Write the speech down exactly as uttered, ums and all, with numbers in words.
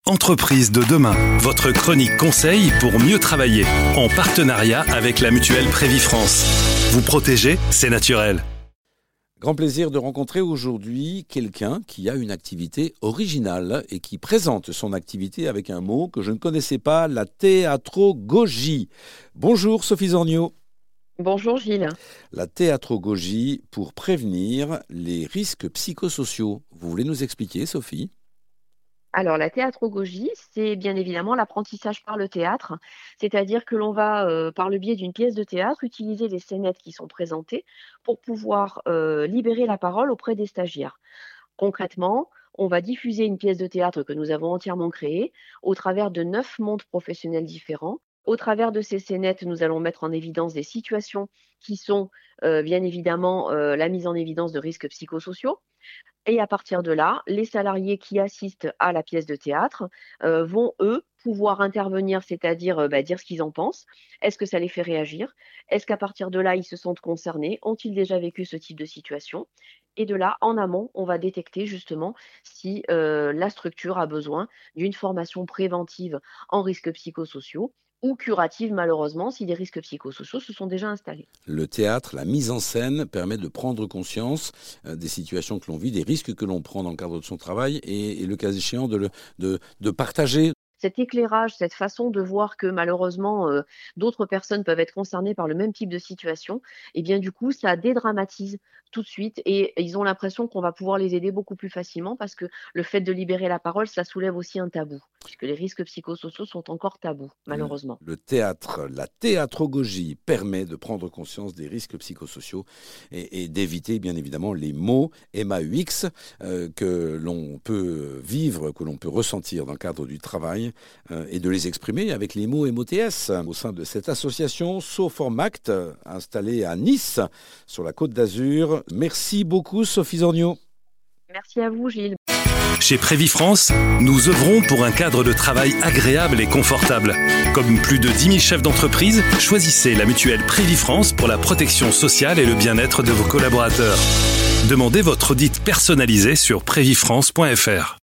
Entreprise de demain, votre chronique conseil pour mieux travailler, en partenariat avec la mutuelle Prévifrance. Vous protéger, c'est naturel. Grand plaisir de rencontrer aujourd'hui quelqu'un qui a une activité originale et qui présente son activité avec un mot que je ne connaissais pas, la théatrogogie. Bonjour Sophie Zorniaux. Bonjour Gilles. La théatrogogie pour prévenir les risques psychosociaux. Vous voulez nous expliquer, Sophie ? Alors la théatrogogie, c'est bien évidemment l'apprentissage par le théâtre, c'est-à-dire que l'on va, euh, par le biais d'une pièce de théâtre, utiliser les scénettes qui sont présentées pour pouvoir euh, libérer la parole auprès des stagiaires. Concrètement, on va diffuser une pièce de théâtre que nous avons entièrement créée au travers de neuf mondes professionnels différents. Au travers de ces scénettes, nous allons mettre en évidence des situations qui sont euh, bien évidemment euh, la mise en évidence de risques psychosociaux. Et à partir de là, les salariés qui assistent à la pièce de théâtre euh, vont, eux, pouvoir intervenir, c'est-à-dire euh, bah, dire ce qu'ils en pensent. Est-ce que ça les fait réagir ? Est-ce qu'à partir de là, ils se sentent concernés ? Ont-ils déjà vécu ce type de situation ? Et de là, en amont, on va détecter justement si euh, la structure a besoin d'une formation préventive en risques psychosociaux ou curative, malheureusement, si les risques psychosociaux se sont déjà installés. Le théâtre, la mise en scène, permet de prendre conscience euh, des situations que l'on vit, des risques que l'on prend dans le cadre de son travail et, et le cas échéant de, le, de, de partager. Cet éclairage, cette façon de voir que malheureusement euh, d'autres personnes peuvent être concernées par le même type de situation, et bien du coup ça dédramatise tout de suite et ils ont l'impression qu'on va pouvoir les aider beaucoup plus facilement parce que le fait de libérer la parole, ça soulève aussi un tabou, puisque les risques psychosociaux sont encore tabous, malheureusement. Le théâtre, la théatrogogie permet de prendre conscience des risques psychosociaux et, et d'éviter bien évidemment les maux M A U X euh, que l'on peut vivre, que l'on peut ressentir dans le cadre du travail euh, et de les exprimer avec les mots M O T S au sein de cette association SoFormAct installée à Nice sur la Côte d'Azur. Merci beaucoup Sophie Zorniaux. Merci à vous Gilles. Chez Prévifrance, nous œuvrons pour un cadre de travail agréable et confortable. Comme plus de dix mille chefs d'entreprise, choisissez la mutuelle Prévifrance pour la protection sociale et le bien-être de vos collaborateurs. Demandez votre audit personnalisé sur prévifrance point f r.